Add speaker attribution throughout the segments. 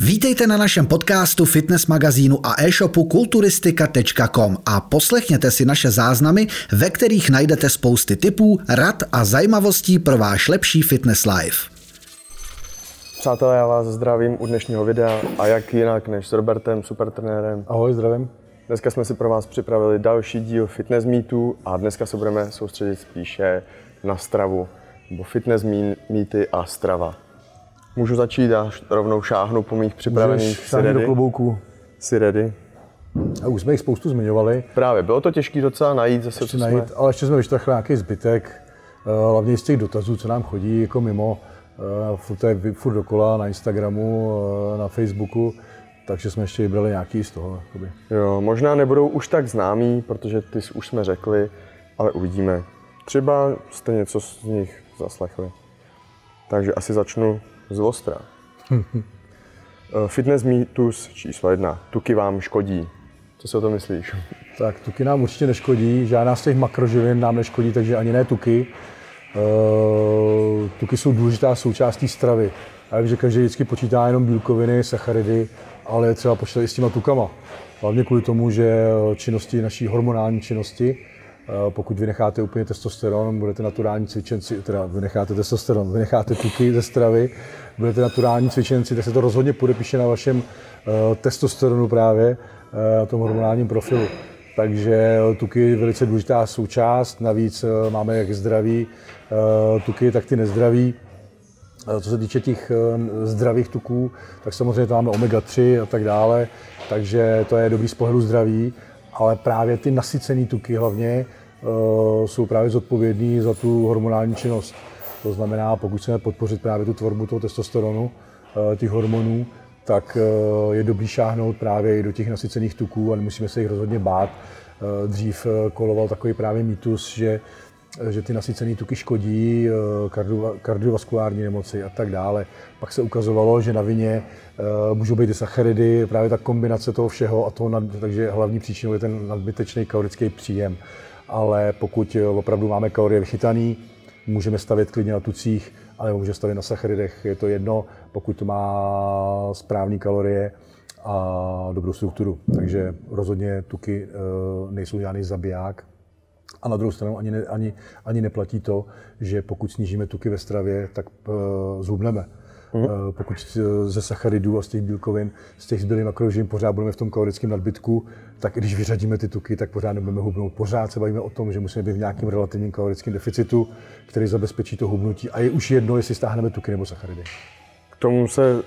Speaker 1: Vítejte na našem podcastu, fitness magazínu a e-shopu kulturistika.com a poslechněte si naše záznamy, ve kterých najdete spousty tipů, rad a zajímavostí pro váš lepší fitness life.
Speaker 2: Přátelé, já vás zdravím u dnešního videa a jak jinak než s Robertem, supertrenérem.
Speaker 3: Ahoj, zdravím.
Speaker 2: Dneska jsme si pro vás připravili další díl fitness mýtů a dneska se budeme soustředit spíše na stravu, nebo fitness mýty a strava. Můžu začít a rovnou šáhnu po mých připravených.
Speaker 3: Jsi ready? Do klobouku.
Speaker 2: Jsi ready?
Speaker 3: A už jsme jich spoustu zmiňovali.
Speaker 2: Právě, bylo to těžké docela najít zase, co jsme...
Speaker 3: Ale ještě jsme vyštrachli nějaký zbytek, hlavně z těch dotazů, co nám chodí jako mimo. To je furt dokola na Instagramu, na Facebooku, takže jsme ještě vybrali nějaký z toho. Jakoby.
Speaker 2: Jo, možná nebudou už tak známí, protože ty už jsme řekli, ale uvidíme. Třeba jste něco z nich zaslechli. Takže asi začnu z ostra. Fitness mýtus číslo 1. Tuky vám škodí. Co si o to myslíš?
Speaker 3: Tak tuky nám určitě neškodí, žádná z těch makroživin nám neškodí, takže ani ne tuky. Tuky jsou důležitá součástí stravy. Já vím, že každý vždycky počítá jenom bílkoviny, sacharidy, ale je třeba počítat i s těma tukama. Hlavně kvůli tomu, že činnosti, naší hormonální činnosti, pokud vynecháte úplně testosteron, budete naturální cvičenci, teda vynecháte tuky ze stravy, budete naturální cvičenci, tak se to rozhodně podepíše na vašem testosteronu právě, na tom hormonálním profilu. Takže tuky je velice důležitá součást, navíc máme jak zdraví tuky, tak ty nezdraví. Co se týče těch zdravých tuků, tak samozřejmě tam máme omega-3 a tak dále, takže to je dobrý z pohledu zdraví, ale právě ty nasycené tuky hlavně jsou právě zodpovědný za tu hormonální činnost. To znamená, pokud chceme podpořit právě tu tvorbu toho testosteronu, těch hormonů, tak je dobrý šáhnout právě i do těch nasycených tuků a nemusíme se jich rozhodně bát. Dřív koloval takový právě mýtus, že ty nasycené tuky škodí, kardiovaskulární nemoci a tak dále. Pak se ukazovalo, že na vině můžou být i sacharidy, právě ta kombinace toho všeho, takže hlavní příčinou je ten nadbytečný kalorický příjem. Ale pokud opravdu máme kalorie vychytaný, můžeme stavět klidně na tucích, ale můžeme stavět na sacharidech, je to jedno, pokud to má správné kalorie a dobrou strukturu. Takže rozhodně tuky nejsou žádný zabiják. A na druhou stranu ani neplatí to, že pokud snížíme tuky ve stravě, tak zhubneme. Pokud ze sacharidů a z těch bílkovin, z těch zbylých makroživin pořád budeme v tom kalorickém nadbytku, tak když vyřadíme ty tuky, tak pořád nebudeme hubnout. Pořád se bavíme o tom, že musíme být v nějakém relativním kalorickém deficitu, který zabezpečí to hubnutí. A je už jedno, jestli stáhneme tuky nebo sacharidy.
Speaker 2: K tomu se,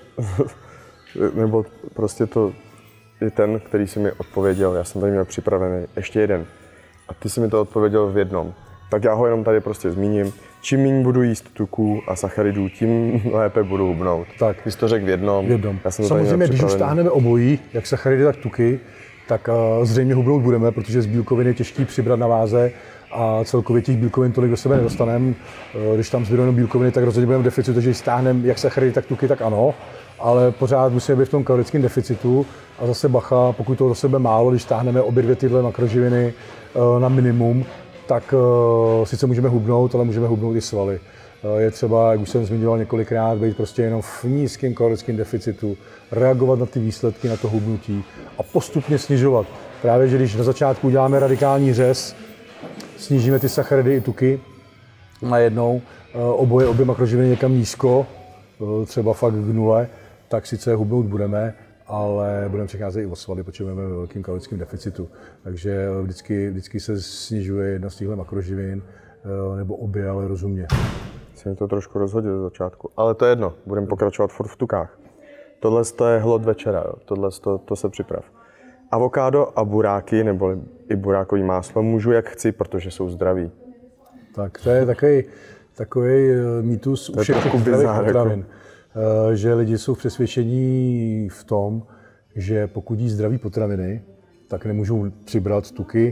Speaker 2: nebo prostě to je ten, který si mi odpověděl, já jsem tady měl připravený ještě jeden. A ty si mi to odpověděl v jednom. Tak já ho jenom tady prostě zmíním. Čím méně budu jíst tuků a sacharidů, tím lépe budu hubnout.
Speaker 3: Tak.
Speaker 2: Ty jsi to řekl v jednom.
Speaker 3: Samozřejmě, když už stáhneme obojí, jak sacharidy, tak tuky, tak zřejmě hubnout budeme, protože z bílkovin je těžký přibrat na váze a celkově těch bílkovin tolik do sebe nedostaneme. Když tam zbydou jenom bílkoviny, tak rozhodně budeme v deficitu, takže když stáhneme jak sacharidy, tak tuky, tak ano. Ale pořád musíme být v tom kalorickém deficitu a zase bacha, pokud toho do sebe málo, když stáhneme obě dvě tyhle makroživiny na minimum, tak sice můžeme hubnout, ale můžeme hubnout i svaly. Je třeba, jak už jsem zmiňoval několikrát, být prostě jenom v nízkém kalorickém deficitu, reagovat na ty výsledky, na to hubnutí a postupně snižovat. Právě, že když na začátku uděláme radikální řez, snížíme ty sacharidy i tuky najednou, obě makroživiny někam nízko, třeba fakt k nule, tak sice hubnout budeme, ale budeme přecházet i o svaly, protože budeme ve velkém kalorickém deficitu. Takže vždycky se snižuje jedna z těchto makroživin, nebo obě, ale rozumně.
Speaker 2: Jsem to trošku rozhodil ze začátku, ale to je jedno, budeme pokračovat furt v tukách. Tohle je hlod večera, jo. Tohle to se připrav. Avokádo a buráky, nebo i burákový máslo můžu jak chci, protože jsou zdraví.
Speaker 3: Tak to je takový mýtus u všech zdravých potravin. Že lidi jsou přesvědčení v tom, že pokud jí zdraví potraviny, tak nemůžou přibrat tuky,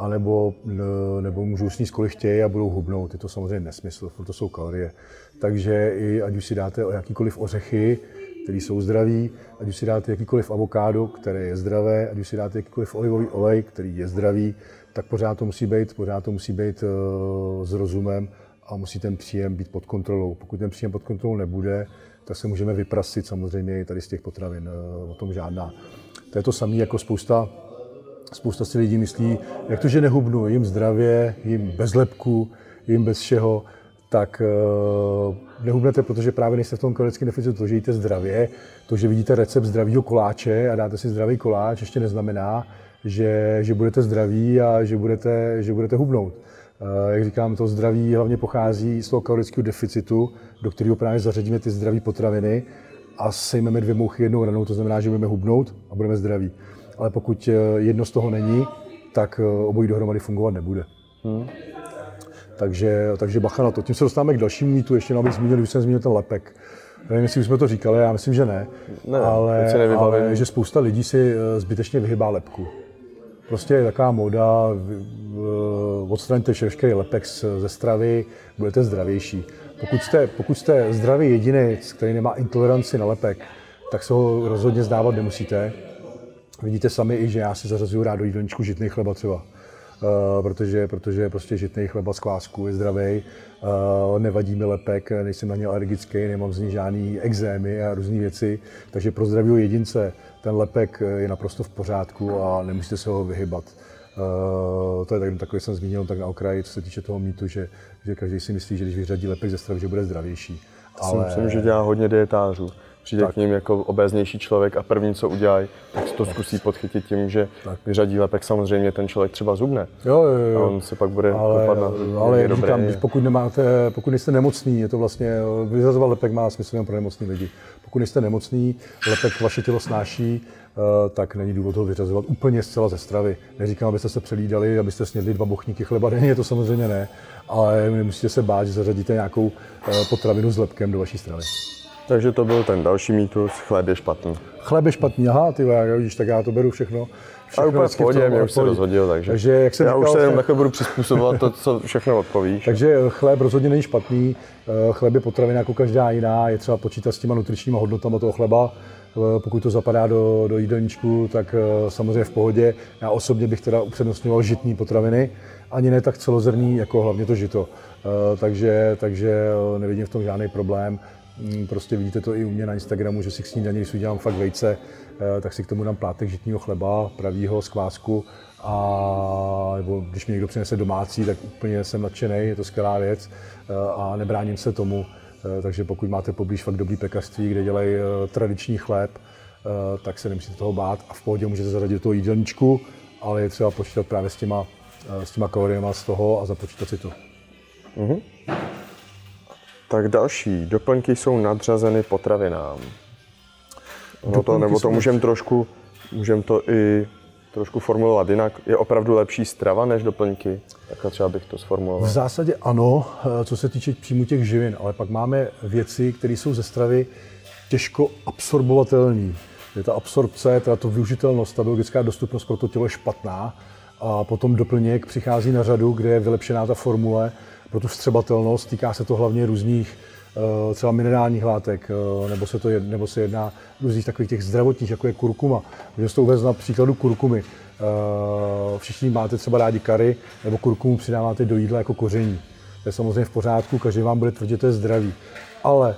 Speaker 3: nebo můžou sníst kolik chtějí a budou hubnout. Je to samozřejmě nesmysl, protože to jsou kalorie. Takže i ať už si dáte jakýkoliv ořechy, které jsou zdraví, ať už si dáte jakýkoliv avokádo, které je zdravé, ať už si dáte jakýkoliv olivový olej, který je zdravý, tak pořád to musí být s rozumem a musí ten příjem být pod kontrolou. Pokud ten příjem pod kontrolou nebude, tak se můžeme vyprasit samozřejmě i tady z těch potravin, o tom žádná. To je to samé, jako spousta si lidí myslí, jak to, že nehubnu, jim zdravě, jim bez lepku, jim bez všeho, tak nehubnete, protože právě nejste v tom kalorickém deficitu, to, že jíte zdravě, to, že vidíte recept zdravého koláče a dáte si zdravý koláč, ještě neznamená, že budete zdraví a že budete hubnout. Jak říkám, to zdraví hlavně pochází z toho kalorického deficitu, do kterého právě zařadíme ty zdravé potraviny a sejmeme 2 mouchy jednou ranou, to znamená, že budeme hubnout a budeme zdraví. Ale pokud jedno z toho není, tak obojí dohromady fungovat nebude. Takže bacha na to. Tím se dostáváme k dalšímu mýtu, ještě abych zmínil, když jsem zmínil ten lepek. Nevím, jestli už jsme to říkali, já myslím, že ne. Ale že spousta lidí si zbytečně vyhybá lepku. Prostě je taková móda, odstraňte veškerý lepek ze stravy, budete zdravější. Pokud jste zdravý jedinec, který nemá intoleranci na lepek, tak se ho rozhodně vzdávat nemusíte. Vidíte sami i, že já si zařazuju rád do jídelníčku žitný chleba třeba. Protože prostě žitný chleba z kvásku je zdravý, nevadí mi lepek, nejsem na ně alergický, nemám z něj žádný exémy a různé věci. Takže pro zdravého jedince ten lepek je naprosto v pořádku a nemusíte se ho vyhybat. To je takový jsem zmínil tak na okraji, co se týče toho mýtu, že každý si myslí, že když vyřadí lepek ze stravy, že bude zdravější.
Speaker 2: Ale myslím, že dělá hodně dietářů. Přijde k ním jako obéznější člověk a první, co udělají, tak to zkusí podchytit tím, že vyřadí lepek, samozřejmě ten člověk třeba zubne.
Speaker 3: Jo.
Speaker 2: A on se pak bude dopadnout.
Speaker 3: Ale jak říkám, pokud nejste nemocný, je to vlastně, vyřazovat lepek má smysl jen pro nemocný lidi. Pokud nejste nemocný, lepek vaše tělo snáší, tak není důvod ho vyřazovat úplně zcela ze stravy. Neříkám, abyste se přelídali, abyste snědli 2 bochníky chleba denně, to samozřejmě ne, ale nemusíte se bát, že zařadíte nějakou potravinu s lepkem do vaší stravy.
Speaker 2: Takže to byl ten další mýtus, chléb je špatný.
Speaker 3: Chléb je špatný, aha, ty vidíš, tak já to beru všechno.
Speaker 2: A úplně v pohodě, mě už se rozhodil, takže jak jsem já říkal, už se jenom takhle budu přizpůsobovat to, co všechno odpovíš.
Speaker 3: Takže chléb rozhodně není špatný, chléb je potravina jako každá jiná, je třeba počítat s těma nutričníma hodnotama toho chleba. Pokud to zapadá do jídelníčku, tak samozřejmě v pohodě. Já osobně bych teda upřednostňoval žitné potraviny, ani ne tak celozrnný, jako hlavně to žito. Takže nevidím v tom žádný problém. Prostě vidíte to i u mě na Instagramu, že si k snídani, když si udělám fakt vejce, tak si k tomu dám plátek žitního chleba, pravýho z kvásku, a nebo když mi někdo přinese domácí, tak úplně jsem nadšený, je to skvělá věc a nebráním se tomu. Takže pokud máte poblíž fakt dobrý pekařství, kde dělají tradiční chléb, tak se nemusíte toho bát a v pohodě můžete zařadit do toho jídelníčku, ale je třeba počítat právě s těma kaloriemi z toho a započítat si to.
Speaker 2: Mm-hmm. Tak další, doplňky jsou nadřazeny potravinám. Nebo to můžeme to i trošku formulovat jinak. Je opravdu lepší strava než doplňky? Takhle třeba bych to sformuloval.
Speaker 3: V zásadě ano, co se týče příjmu těch živin, ale pak máme věci, které jsou ze stravy těžko absorbovatelné. Je ta absorpce, teda to využitelnost, ta biologická dostupnost pro to tělo je špatná. A potom doplněk přichází na řadu, kde je vylepšená ta formule pro tu vstřebatelnost. Týká se to hlavně různých třeba minerálních látek, nebo se jedná různých takových těch zdravotních, jako je kurkuma. Můžeme to uvést na příkladu kurkumy. Všichni máte třeba rádi kary, nebo kurkumu přidáváte do jídla jako koření. To je samozřejmě v pořádku, každý vám bude tvrdit, to je zdravý. Ale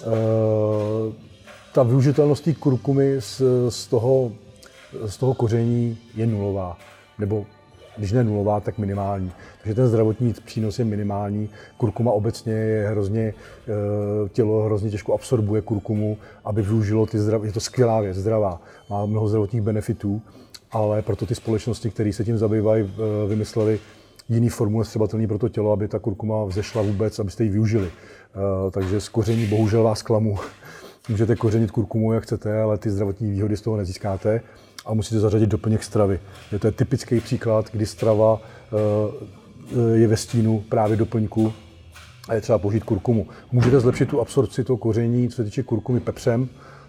Speaker 3: ta využitelnost té kurkumy z toho koření je nulová. Nebo když ne nulová, tak minimální. Takže ten zdravotní přínos je minimální. Kurkuma obecně je tělo hrozně těžko absorbuje kurkumu, aby využilo ty zdraví. Je to skvělá věc, zdravá. Má mnoho zdravotních benefitů, ale proto ty společnosti, které se tím zabývají, vymysleli jiný formule vstřebatelný pro to tělo, aby ta kurkuma vzešla vůbec, abyste ji využili. Takže z koření bohužel vás klamu. Můžete kořenit kurkumu, jak chcete, ale ty zdravotní výhody z toho nezískáte a musíte zařadit doplněk stravy. To je typický příklad, kdy strava je ve stínu právě doplňku a je třeba použít kurkumu. Můžete zlepšit tu absorpci toho koření, co se týče kurkumy, pepřem,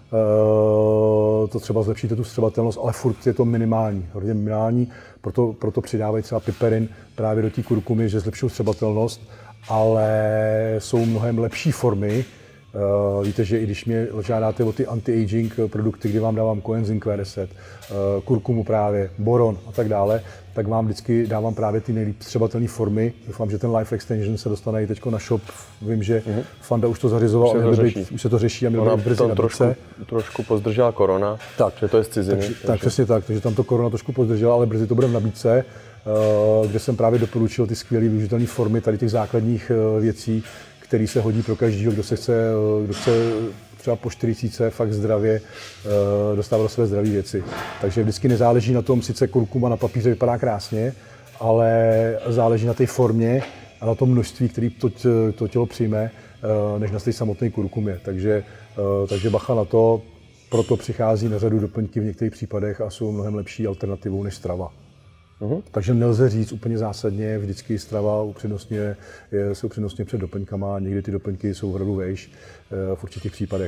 Speaker 3: to třeba zlepšíte tu vstřebatelnost, ale furt je to minimální, hodně minimální, proto přidávají třeba piperin právě do té kurkumy, že zlepšují vstřebatelnost, ale jsou mnohem lepší formy, Víte, že i když mě žádáte o ty anti-aging produkty, kdy vám dávám coenzym Q10, kurkumu právě, boron a tak dále, tak vám vždycky dávám právě ty nejlíp střebatelné formy. Doufám, že ten Life Extension se dostane i teď na shop. Vím, že Fanda už to zařizoval, už se to řeší a měl být brzy nabídce.
Speaker 2: Trošku pozdržela korona, tak, že to je z ciziny.
Speaker 3: Tak přesně tak, takže tam to korona trošku pozdržela, ale brzy to bude v nabídce, kde jsem právě doporučil ty skvělé využitelné formy tady těch základních věcí, který se hodí pro každého, kdo chce třeba po 40 fakt zdravě dostávat do své zdravé věci. Takže vždycky nezáleží na tom, sice kurkuma na papíře vypadá krásně, ale záleží na té formě a na tom množství, který to tělo přijme, než na té samotné kurkumě. Takže bacha na to, proto přichází na řadu doplňky v některých případech a jsou mnohem lepší alternativou než strava. Takže nelze říct úplně zásadně, vždycky strava se upřednostňuje před doplňkama, někdy ty doplňky jsou opravdu vejš v určitých případech.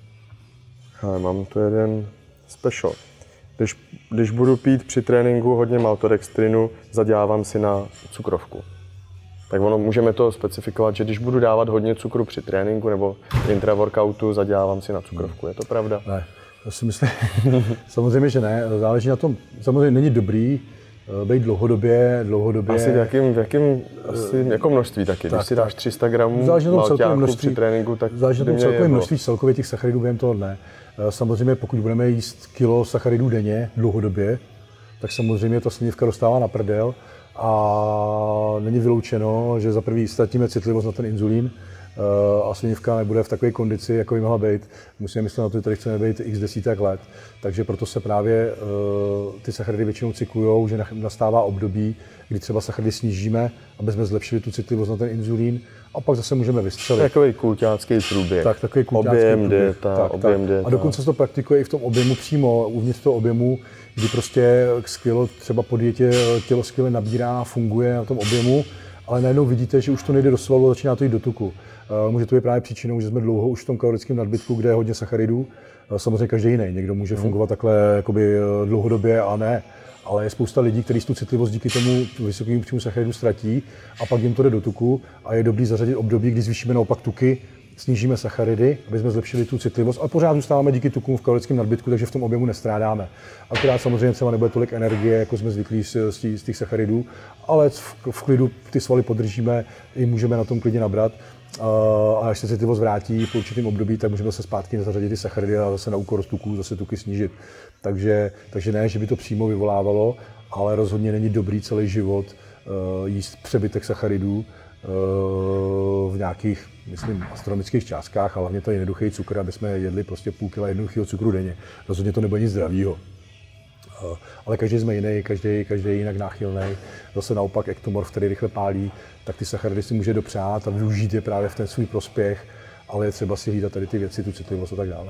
Speaker 2: Mám tu jeden special. Když budu pít při tréninku hodně maltodextrinu, zadělávám si na cukrovku. Tak můžeme to specifikovat, že když budu dávat hodně cukru při tréninku nebo intraworkoutu, zadělávám si na cukrovku. Je to pravda?
Speaker 3: Ne, to si myslím, samozřejmě, že ne. Záleží na tom, samozřejmě není dobrý být dlouhodobě.
Speaker 2: Asi v jakém jako množství taky. Když si dáš 300 gramů malťáku při tréninku, tak
Speaker 3: záleží na tom celkovém množství celkově těch sacharidů během toho dne. Samozřejmě pokud budeme jíst kilo sacharidů denně dlouhodobě, tak samozřejmě ta slinivka dostává na prdel a není vyloučeno, že za prvý ztratíme citlivost na ten inzulín a slinivka nebude v takové kondici, jako by mohla být. Musíme myslet na to, že tady chceme být x desítek let. Takže proto se právě ty sacharidy většinou cyklujou, že nastává období, kdy třeba sacharidy snížíme, aby jsme zlepšili tu citlivost na ten inzulín a pak zase můžeme vystřelit.
Speaker 2: Takový kulťácký průběh.
Speaker 3: Tak, takový kulťácký
Speaker 2: objem dieta.
Speaker 3: A dokonce se to praktikuje i v tom objemu přímo, uvnitř toho objemu, kdy prostě skvěle třeba po dietě tělo skvěle nabírá, funguje na tom objemu, ale najednou vidíte, že už to nejde do svalu, začíná to jít do tuku. Může to být právě příčinou, že jsme dlouho už v tom kalorickém nadbytku, kde je hodně sacharidů. Samozřejmě každý jiný. Někdo může fungovat takhle jakoby dlouhodobě a ne. Ale je spousta lidí, kteří tu citlivost díky tomu vysokému příjmu sacharidů ztratí a pak jim to jde do tuku a je dobrý zařadit období, kdy zvýšíme naopak tuky, snížíme sacharidy, aby jsme zlepšili tu citlivost, ale pořád zůstáváme díky tukům v kalorickém nadbytku, takže v tom objemu nestrádáme. Akorát samozřejmě třeba nebude tolik energie, jako jsme zvyklí z těch sacharidů, ale v klidu ty svaly podržíme, i můžeme na tom klidně nabrat. A až se citlivost vrátí po určitém období, tak můžeme se zpátky zařadit ty sacharidy a zase na úkor tuků zase tuky snížit. Takže ne, že by to přímo vyvolávalo, ale rozhodně není dobrý celý život jíst přebytek sacharidů v nějakých, myslím, astronomických částkách, ale hlavně to je jednoduchý cukr, aby jsme jedli prostě půl kila jednoduchého cukru denně. Rozhodně to nebude nic zdravýho. Ale každý jsme jiný, každý je jinak náchylný. Zase naopak ektomorf, který rychle pálí, tak ty sacharidy si může dopřát a využít je právě v ten svůj prospěch, ale je třeba si hlídat tady ty věci, tu citlivost a tak dále.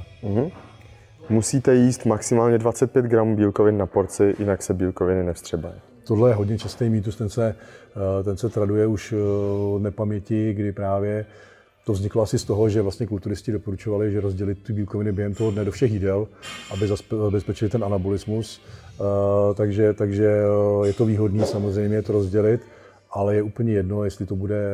Speaker 2: Musíte jíst maximálně 25 gramů bílkovin na porci, jinak se bílkoviny nevstřebají.
Speaker 3: Tohle je hodně častý mýtus, ten se traduje už od nepaměti, kdy právě to vzniklo asi z toho, že vlastně kulturisti doporučovali, že rozdělit ty bílkoviny během toho dne do všech jídel, aby zabezpečili ten anabolismus. Takže je to výhodné samozřejmě to rozdělit, ale je úplně jedno, jestli to bude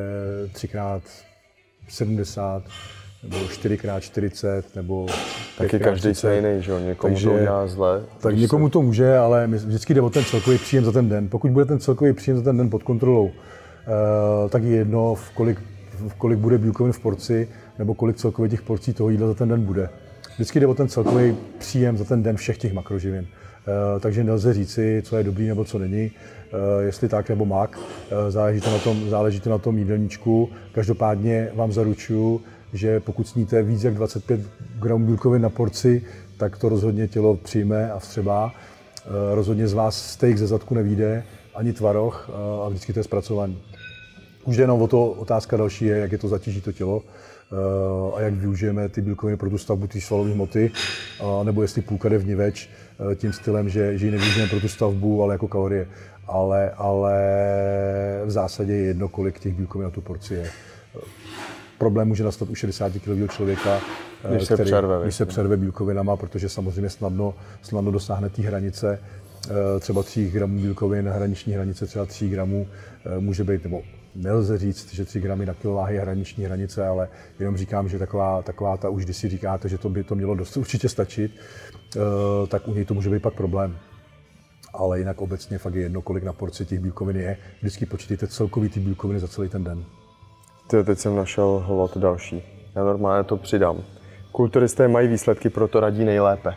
Speaker 3: 3x70 nebo 4x40 nebo 5x30.
Speaker 2: Taky každý se jiný, že jo? Někomu to udělá zle.
Speaker 3: Tak někomu to může, ale vždycky jde o ten celkový příjem za ten den. Pokud bude ten celkový příjem za ten den pod kontrolou, tak je jedno, kolik bude bílkovin v porci, nebo kolik celkově těch porcí toho jídla za ten den bude. Vždycky jde o ten celkový příjem za ten den všech těch makroživin. Takže nelze říci, co je dobrý nebo co není, jestli tak nebo mak. Záleží to na tom jídelníčku. Každopádně vám zaručuju, že pokud sníte víc jak 25 gramů bílkovin na porci, tak to rozhodně tělo přijme a vstřebá. Rozhodně z vás steak ze zadku nevyjde, ani tvaroh a vždycky to je zpracovaný. Už jenom o to otázka další je, jak je to zatíží to tělo a jak využijeme ty bílkoviny pro tu stavbu té svalové hmoty, nebo jestli půlka jde vniveč tím stylem, že ji nevyužijeme pro tu stavbu, ale jako kalorie. Ale v zásadě je jedno, kolik těch bílkovin na tu porci je. Problém může nastat u 60 kg člověka, když se přerve bílkovinama, protože samozřejmě snadno dosáhne té hranice, třeba 3 gramů bílkovin, hraniční hranice třeba 3 gramů může být, nebo Nelze říct, že 3 gramy na kilo váhy je hraniční hranice, ale jenom říkám, že taková ta, už když si říkáte, že to by to mělo dost určitě stačit, tak u něj to může být pak problém. Ale jinak obecně fakt je jedno, kolik na porci těch bílkovin je. Vždycky počítejte celkový ty bílkoviny za celý ten den.
Speaker 2: Teď jsem našel hlad další. Já normálně to přidám. Kulturisté mají výsledky, proto radí nejlépe.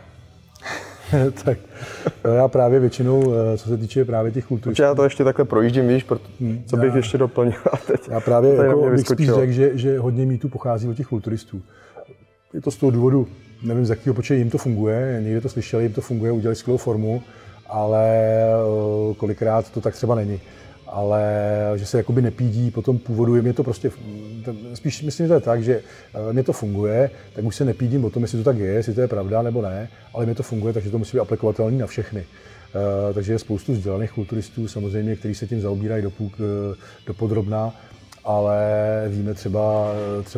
Speaker 3: Tak já právě většinou, co se týče právě těch kulturistů...
Speaker 2: Já to ještě takhle projíždím, víš, co bych ještě doplnil teď.
Speaker 3: Já právě jako bych spíš řekl, že hodně mýtů pochází od těch kulturistů. Je to z toho důvodu, nevím z jakého počet jim to funguje, někde to slyšeli, jim to funguje, udělali skvělou formu, ale kolikrát to tak třeba není. Ale že se jakoby nepídí po tom původu, mě to prostě, spíš myslím, že to je tak, že mě to funguje, tak už se nepídím o tom, jestli to tak je, jestli to je pravda nebo ne, ale mě to funguje, takže to musí být aplikovatelné na všechny. Takže je spoustu vzdělaných kulturistů samozřejmě, kteří se tím zaobírají do podrobna, ale víme třeba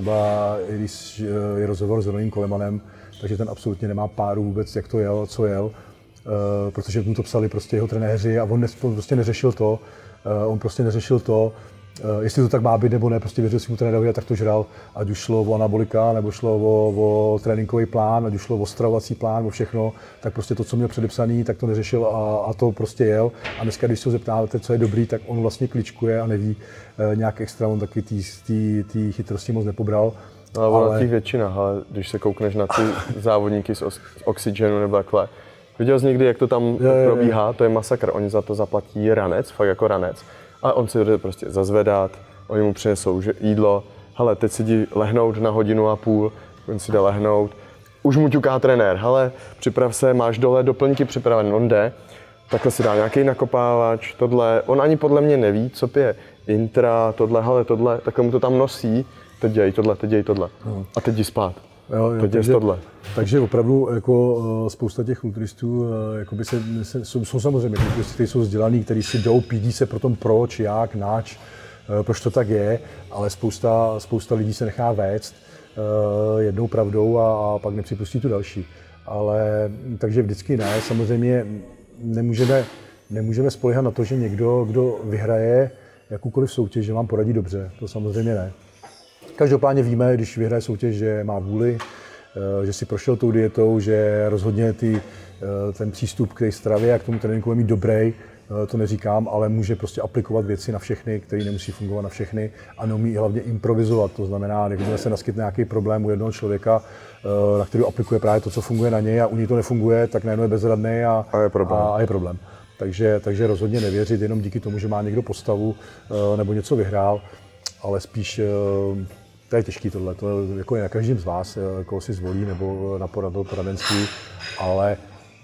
Speaker 3: když je rozhovor s Roným Kolemanem, takže ten absolutně nemá páru vůbec, jak to jel, co jel, protože mu to psali prostě jeho trenéři a on prostě neřešil to. On prostě neřešil to, jestli to tak má být nebo ne, prostě věřil si mu trenérovi a tak to žral, ať už šlo o anabolika, nebo šlo o tréninkový plán, ať už šlo o stravovací plán, o všechno, tak prostě to, co měl předepsaný, tak to neřešil a to prostě jel. A dneska, když se ho zeptáte, co je dobrý, tak on vlastně kličkuje a neví nějak extra, on taky tý chytrosti moc nepobral.
Speaker 2: Ale těch většina, ale když se koukneš na ty závodníky z Oxygenu nebo takhle, viděl jsi někdy, jak to tam probíhá, to je masakr, oni za to zaplatí ranec, fakt jako ranec. A on si jde prostě zazvedat, oni mu přinesou jídlo, hele, teď si jdi lehnout na 1,5 hodiny, on si jde lehnout. Už mu ťuká trenér, hele, připrav se, máš dole doplňky připravené, on jde, takhle si dá nějaký nakopávač, tohle, on ani podle mě neví, co pije, intra, tohle, hele, tohle, takhle mu to tam nosí, teď děj tohle a teď jdi spát.
Speaker 3: Jo, takže opravdu jako spousta těch kulturistů jsou samozřejmě kulturisti, kteří jsou vzdělaný, kteří si jdou, pídí se pro tom proč, jak, nač, proč to tak je, ale spousta lidí se nechá vést jednou pravdou a pak nepřipustí tu další. Ale takže vždycky ne, samozřejmě nemůžeme spoléhat na to, že někdo, kdo vyhraje jakoukoliv soutěž, že vám poradí dobře, to samozřejmě ne. Každopádně víme, když vyhraje soutěž, že má vůli, že si prošel tou dietou, že rozhodně ten přístup k té stravě a k tomu tréninku je mít dobrý, to neříkám, ale může prostě aplikovat věci na všechny, které nemusí fungovat na všechny a neumí hlavně improvizovat. To znamená, když se naskytne nějaký problém u jednoho člověka, na který aplikuje právě to, co funguje na něj a u něj to nefunguje, tak najednou je bezradný a je problém. Takže rozhodně nevěřit jenom díky tomu, že má někdo postavu nebo něco vyhrál, ale spíš to je těžký tohle, to je jako na každém z vás, koho si zvolí nebo na poradenství, ale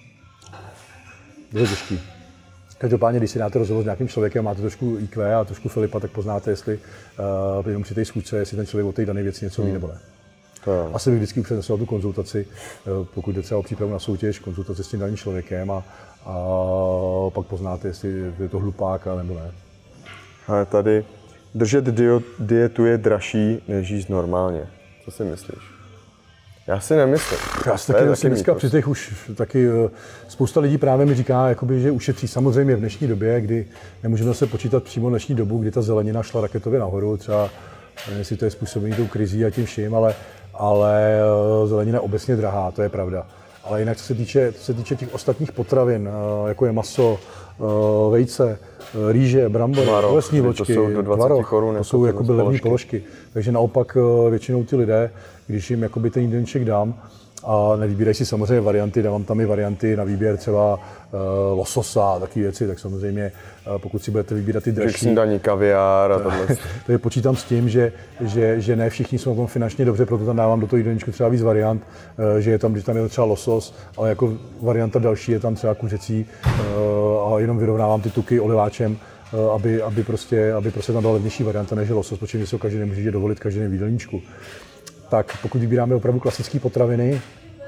Speaker 3: je to těžký. Každopádně, když si dáte rozhovor s nějakým člověkem, máte trošku IQ a trošku Filipa, tak poznáte, jestli jenom při té schůzce, jestli ten člověk o té dané věci něco ví nebo ne. Asi bych vždycky upřednostňoval tu konzultaci, pokud jde třeba o přípravu na soutěž, konzultaci s tím daným člověkem a pak poznáte, jestli je to hlupák nebo ne.
Speaker 2: Ale tady držet dietu je dražší, než jíst normálně. Co si myslíš? Já si nemyslím.
Speaker 3: Já si taky dneska při těch už taky spousta lidí právě mi říká, jakoby, že ušetří. Samozřejmě v dnešní době, kdy nemůžeme se počítat přímo dnešní dobu, kdy ta zelenina šla raketově nahoru, třeba nevím, jestli to je způsobený tou krizí a tím vším, ale zelenina je obecně drahá, to je pravda. Ale jinak, co se týče těch ostatních potravin, jako je maso, vejce, rýže, brambory, lesní vločky, tvaroh, to jsou jakoby levné položky. Takže naopak většinou ty lidé, když jim jakoby ten jídelníček dám, a nevybírají si samozřejmě varianty, dávám tam i varianty na výběr třeba lososa a takové věci, tak samozřejmě pokud si budete vybírat ty dražší.
Speaker 2: Snídaní, kaviár a tohle.
Speaker 3: Takže počítám s tím, že ne všichni jsou na tom finančně dobře, proto tam dávám do toho jídelníčku třeba víc variant, že tam je třeba losos, ale jako varianta další je tam třeba kuřecí a jenom vyrovnávám ty tuky oliváčem, aby prostě tam byla levnější varianta než losos, protože si ho každý nemůže dovolit každý v jídelníčku. Tak pokud vybíráme opravdu klasické potraviny,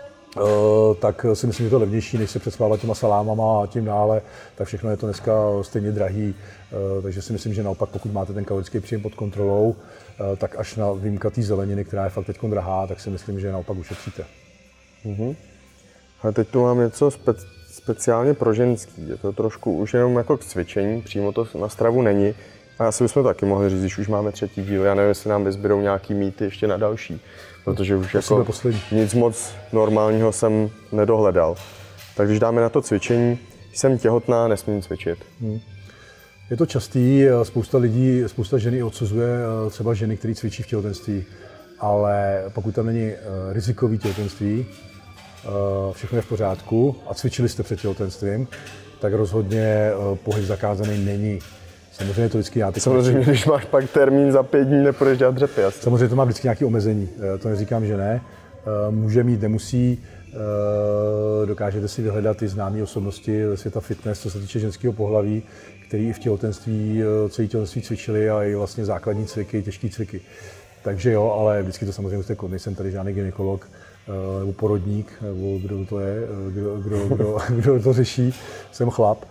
Speaker 3: tak si myslím, že to je levnější, než se přespávat těma salámama a tím dále, tak všechno je to dneska stejně drahý, takže si myslím, že naopak pokud máte ten kalorický příjem pod kontrolou, tak až na výjimka té zeleniny, která je fakt teď drahá, tak si myslím, že naopak ušetříte.
Speaker 2: A teď tu mám něco speciálně pro ženský, je to trošku už jenom jako k cvičení, přímo to na stravu není, A asi bychom to taky mohli říct, když už máme 3. díl. Já nevím, jestli nám vyzbydou nějaký mýty ještě na další, protože už jako nic moc normálního jsem nedohledal. Tak když dáme na to cvičení, jsem těhotná, nesmím cvičit.
Speaker 3: Je to častý, spousta žen i odsuzuje třeba ženy, které cvičí v těhotenství, ale pokud tam není rizikový těhotenství, všechno je v pořádku a cvičili jste před těhotenstvím, tak rozhodně pohyb zakázaný není. Samozřejmě to vždycky nějaký...
Speaker 2: Samozřejmě, když máš pak termín za 5 dní, nepůjdeš dělat dřepy.
Speaker 3: Samozřejmě to má vždycky nějaké omezení, to neříkám, že ne. Může mít, nemusí. Dokážete si vyhledat i známé osobnosti ze světa fitness, co se týče ženského pohlaví, který i v těhotenství, celé těhotenství cvičili a i vlastně základní cviky, těžké cviky. Takže jo, ale vždycky to samozřejmě musíte nejsem tady žádný gynekolog nebo porodník, nebo kdo to je, kdo to řeší, jsem chlap.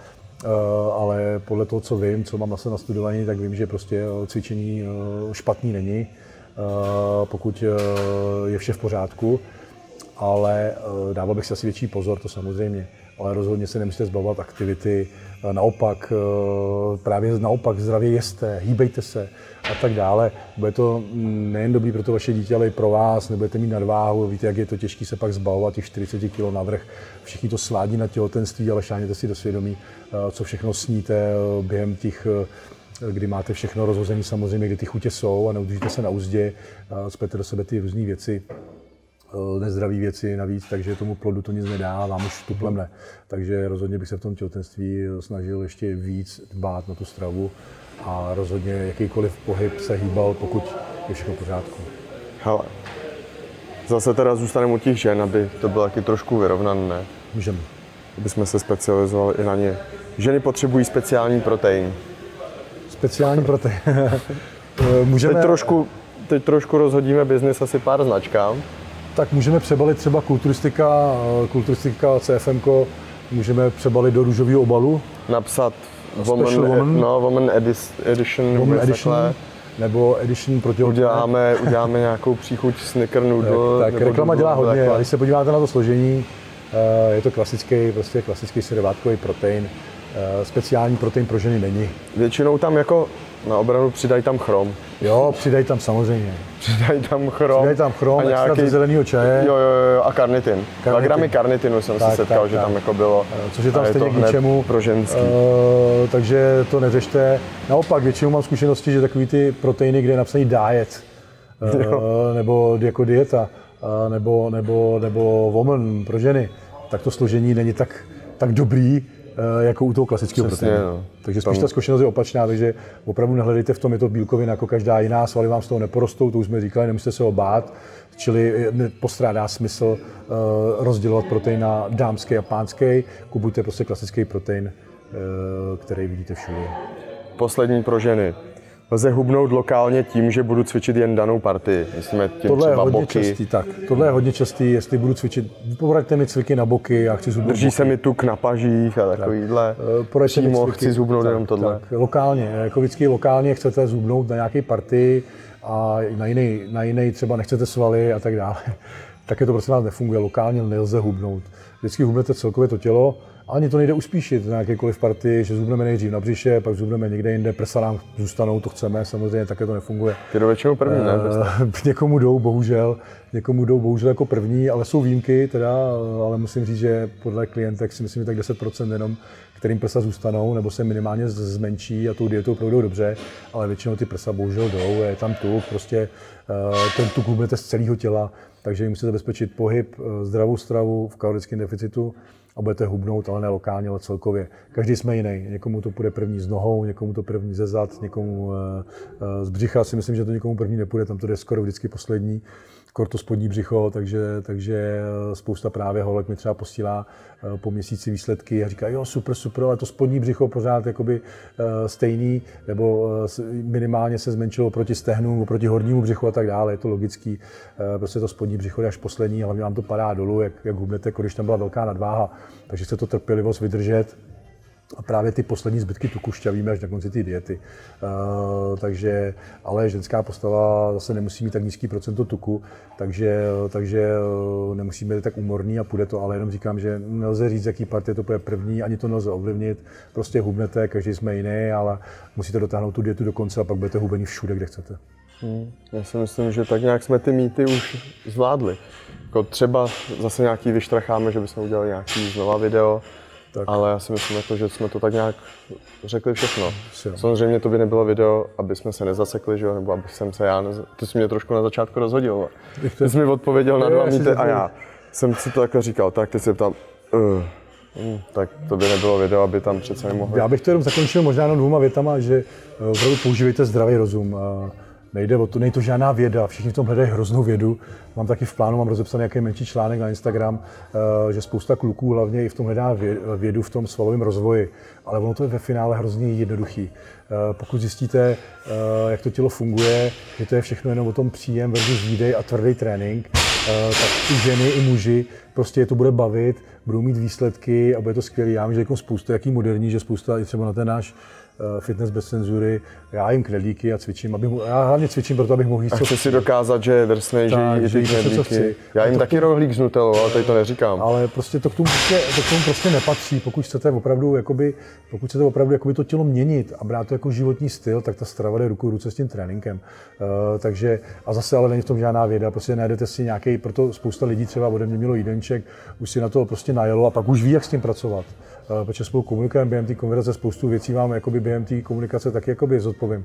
Speaker 3: Ale podle toho, co vím, co mám na nastudovaný, tak vím, že prostě cvičení špatný není, pokud je vše v pořádku. Ale dával bych si asi větší pozor, to samozřejmě. Ale rozhodně se nemusíte zbavovat aktivity. Naopak, právě naopak, zdravě jeste, hýbejte se a tak dále. Bude to nejen dobrý pro to vaše dítě, ale i pro vás. Nebudete mít nadváhu, víte, jak je to těžké se pak zbavovat těch 40 kg navrch. Všichni to svádí na těhotenství, ale šáhněte si do svědomí, co všechno sníte během těch, kdy máte všechno rozhozené samozřejmě, kdy ty chutě jsou a neudržíte se na uzdě, cpete do sebe ty různé věci. Nezdraví věci navíc, takže tomu plodu to nic nedá, vám už tuplem ne. Takže rozhodně bych se v tom těhotenství snažil ještě víc dbát na tu stravu a rozhodně jakýkoliv pohyb se hýbal, pokud je všechno v pořádku.
Speaker 2: Hele, zase teda zůstaneme u těch žen, aby to bylo taky trošku vyrovnané.
Speaker 3: Můžeme.
Speaker 2: Aby jsme se specializovali i na ně. Ženy potřebují speciální protein.
Speaker 3: Speciální protein. Můžeme...
Speaker 2: Teď trošku rozhodíme biznis asi pár značkám.
Speaker 3: Tak můžeme přebalit třeba kulturistika CFMko, můžeme přebalit do růžového obalu.
Speaker 2: Napsat Woman Edition,
Speaker 3: nebo Edition proti
Speaker 2: uděláme nějakou příchuť Snickernoodle.
Speaker 3: Tak reklama dělá hodně, a když se podíváte na to složení, je to klasický syrovátkový protein. Speciální protein pro ženy není.
Speaker 2: Většinou tam jako na obranu přidají tam chrom.
Speaker 3: Jo, přidají tam samozřejmě.
Speaker 2: Přidají tam chrom
Speaker 3: a nějaký zeleného čaje.
Speaker 2: Jo, a karnitin. 2 gramy karnitinu jsem se setkal, že tam jako bylo.
Speaker 3: Což je tam stejně k ničemu.
Speaker 2: Pro ženský.
Speaker 3: Takže to neřešte. Naopak, většinou mám zkušenosti, že takový ty proteiny, kde je napsaný diet, nebo jako dieta, nebo woman pro ženy, tak to složení není tak dobrý, jako u toho klasického proteinu. No. Takže spíš ta zkušenost je opačná, takže opravdu nehledejte v tom, je to bílkovina jako každá jiná, svaly vám z toho neporostou, to už jsme říkali, nemusíte se ho bát, čili postrádá smysl rozdělovat protein na dámský a pánský, kupujte prostě klasický protein, který vidíte všude.
Speaker 2: Poslední pro ženy. Lze hubnout lokálně tím, že budu cvičit jen danou partii. Myslíme tím
Speaker 3: tohle
Speaker 2: třeba
Speaker 3: je hodně
Speaker 2: boky.
Speaker 3: Častý, tak. Tohle je hodně častý, jestli budu cvičit, poraďte mi cviky na boky, já chci zhubnout.
Speaker 2: Drží se mi tuk na pažích a takovýhle. Přímo chci zhubnout jenom tohle.
Speaker 3: Tak, lokálně, jako vždycky lokálně chcete zhubnout na nějaké partii a na jiný třeba nechcete svaly a tak dále. Také to prostě vás nefunguje, lokálně nelze hubnout. Vždycky hubnete celkově to tělo, ani to nejde uspíšit na jakékoliv partii, že zhubneme nejdřív na břiše, pak zhubneme někde jinde, prsa nám zůstanou, to chceme, samozřejmě také to nefunguje.
Speaker 2: Ty jdou většinou první, ne?
Speaker 3: Někomu jdou bohužel jako první, ale jsou výjimky teda, ale musím říct, že podle klientek si myslím, že tak 10% jenom, kterým prsa zůstanou, nebo se minimálně zmenší a tou dietou projdou dobře, ale většinou ty prsa bohužel jdou, je tam tuk, prostě ten tuk hubnete z celého těla, takže musíte zabezpečit pohyb, zdravou stravu v kalorickém deficitu a budete hubnout, ale ne lokálně, ale celkově. Každý jsme jiný. Někomu to půjde první s nohou, někomu to první ze zad, někomu z břicha. Si myslím, že to někomu první nepůjde, tam to jde skoro vždycky poslední. Skoro to spodní břicho, takže spousta právě holek mi třeba posílá po měsíci výsledky a říká, jo, super, ale to spodní břicho pořád jakoby stejný, nebo minimálně se zmenšilo proti stehnu, proti hornímu břichu a tak dále, je to logický. Prostě to spodní břicho je až poslední, hlavně vám to padá dolů, jak hubnete, když tam byla velká nadváha, takže chce to trpělivost vydržet. A právě ty poslední zbytky tuku šťavíme až na konci té diety. Takže, ale ženská postava zase nemusí mít tak nízký procento tuku, takže nemusíme být tak úmorný a půjde to, ale jenom říkám, že nelze říct, jaký partie to bude první, ani to nelze ovlivnit. Prostě hubnete, každý jsme jiný, ale musíte dotáhnout tu dietu do konce a pak budete hubení všude, kde chcete.
Speaker 2: Já si myslím, že tak nějak jsme ty mýty už zvládli. Jako třeba zase nějaký vyštracháme, že bychom udělali nějaký znova video, tak. Ale já si myslím, že jsme to tak nějak řekli všechno. Samozřejmě to by nebylo video, aby jsme se nezasekli, že jo? Nebo aby jsem se ty jsi mě trošku na začátku rozhodil. Ty jsi mi odpověděl na 2 mýty a já jsem si to takhle říkal, tak ty se ptám, tak to by nebylo video, aby tam přece nemohli.
Speaker 3: Já bych to jenom zakončil možná jenom 2 větama, že opravdu používejte zdravý rozum. Nejde o to, nejde to žádná věda, všichni v tom hledají hroznou vědu. Mám taky v plánu, mám rozepsaný nějaký menší článek na Instagram, že spousta kluků hlavně i v tom hledá vědu v tom svalovém rozvoji. Ale ono to je ve finále hrozně jednoduchý. Pokud zjistíte, jak to tělo funguje, že to je všechno jenom o tom příjem versus výdej a tvrdý trénink, tak i ženy, i muži, prostě je to bude bavit, budou mít výsledky a bude to skvělý. Já vím, že jako spousta, jaký moderní, že spousta i třeba na ten náš fitness bez cenzury, já jim knedlíky a cvičím, já hlavně cvičím proto, abych mohl jíst.
Speaker 2: A chci si dokázat, že je drsnej, že jí knedlíky. Já jim taky rohlík s nutellou, ale teď to neříkám.
Speaker 3: Ale prostě to k tomu prostě nepatří. Pokud chcete opravdu to tělo měnit a brát to jako životní styl, tak ta strava jde ruku v ruce s tím tréninkem. Takže, a zase ale není v tom žádná věda, prostě najdete si nějaký, proto spousta lidí třeba ode mě mělo jídelníček, už si na to prostě najelo a pak už ví, jak s tím pracovat. Protože spolu komunikujeme během té konverzace, spoustu věcí vám jakoby během té komunikace taky jakoby zodpovím.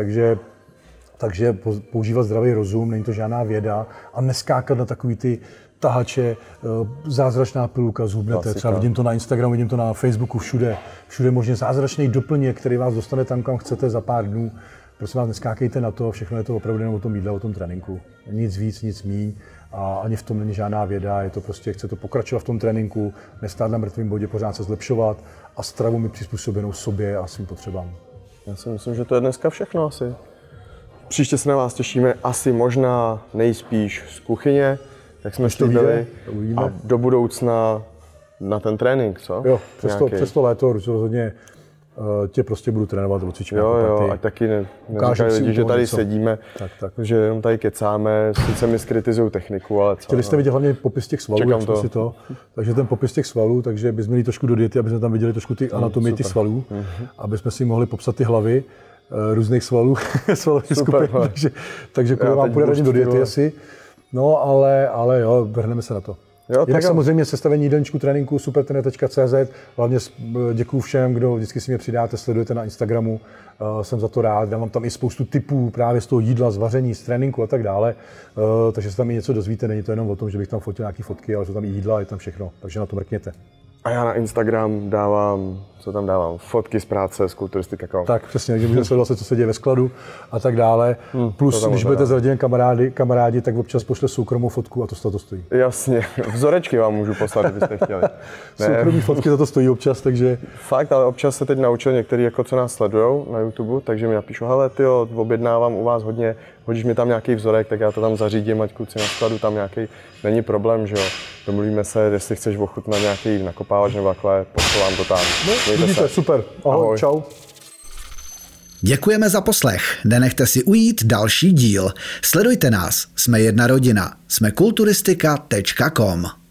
Speaker 3: Takže používat zdravý rozum, není to žádná věda a neskákat na takový ty tahače, zázračná pilulka, zhubnete. Třeba vidím to na Instagramu, vidím to na Facebooku, všude možně zázračný doplněk, který vás dostane tam, kam chcete za pár dnů. Prosím vás, neskákejte na to, všechno je to opravdu jenom o tom jídle, o tom tréninku. Nic víc, nic míň a ani v tom není žádná věda, je to prostě, chce to pokračovat v tom tréninku, nestát na mrtvém bodě, pořád se zlepšovat a stravu mi přizpůsobenou sobě a svým potřebám.
Speaker 2: Já si myslím, že to je dneska všechno asi. Příště se na vás těšíme asi možná nejspíš z kuchyně, jak jsme slíbili, a do budoucna na ten trénink, co?
Speaker 3: Jo, přes to léto rozhodně tě prostě budu trénovat nebo cvičit.
Speaker 2: Jo, a taky neříkají lidi, že tady sedíme, že jenom tady kecáme, sice mi skritizují techniku, ale co?
Speaker 3: Chtěli jste vidět hlavně popis těch svalů, jak jsme si to. Takže ten popis těch svalů, takže bychom měli trošku do diety, aby jsme tam viděli trošku ty anatomii těch svalů, aby jsme si mohli popsat ty hlavy různých svalů, svalových skupin, takže vám půjde radit do diety asi. No, ale jo, vrhneme se na to. Jo, jinak samozřejmě sestavení jídelníčku tréninku supertrener.cz. Hlavně děkuju všem, kdo vždycky si mě přidáte, sledujete na Instagramu. Jsem za to rád. Dávám tam i spoustu tipů právě z toho jídla, z vaření, z tréninku a tak dále. Takže se tam i něco dozvíte. Není to jenom o tom, že bych tam fotil nějaké fotky, ale jsou tam i jídla, je tam všechno. Takže na to mrkněte.
Speaker 2: A já na Instagram dávám, fotky z práce, z kulturistika.com.
Speaker 3: Tak přesně, takže můžete sledovat, co se děje ve skladu a tak dále. Plus, když budete s rodinou kamarádi, tak občas pošle soukromou fotku a to stojí.
Speaker 2: Jasně, vzorečky vám můžu poslat, kdybyste chtěli.
Speaker 3: Soukromí fotky za to stojí občas, takže...
Speaker 2: Fakt, ale občas se teď naučil některý, jako co nás sledujou na YouTube, takže mi napíšou, hele tyjo, objednávám u vás hodně, hodíš mi tam nějaký vzorek, tak já to tam zařídím, ať kluci na skladu tam nějaký, není problém, že jo. Domluvíme se, jestli chceš ochutnat nějaký nakopávač nebo takhle, posílám to tam.
Speaker 3: No, vidíte, super. Ahoj, čau.
Speaker 1: Děkujeme za poslech. Nenechte si ujít další díl. Sledujte nás. Jsme jedna rodina. Jsme kulturistika.com.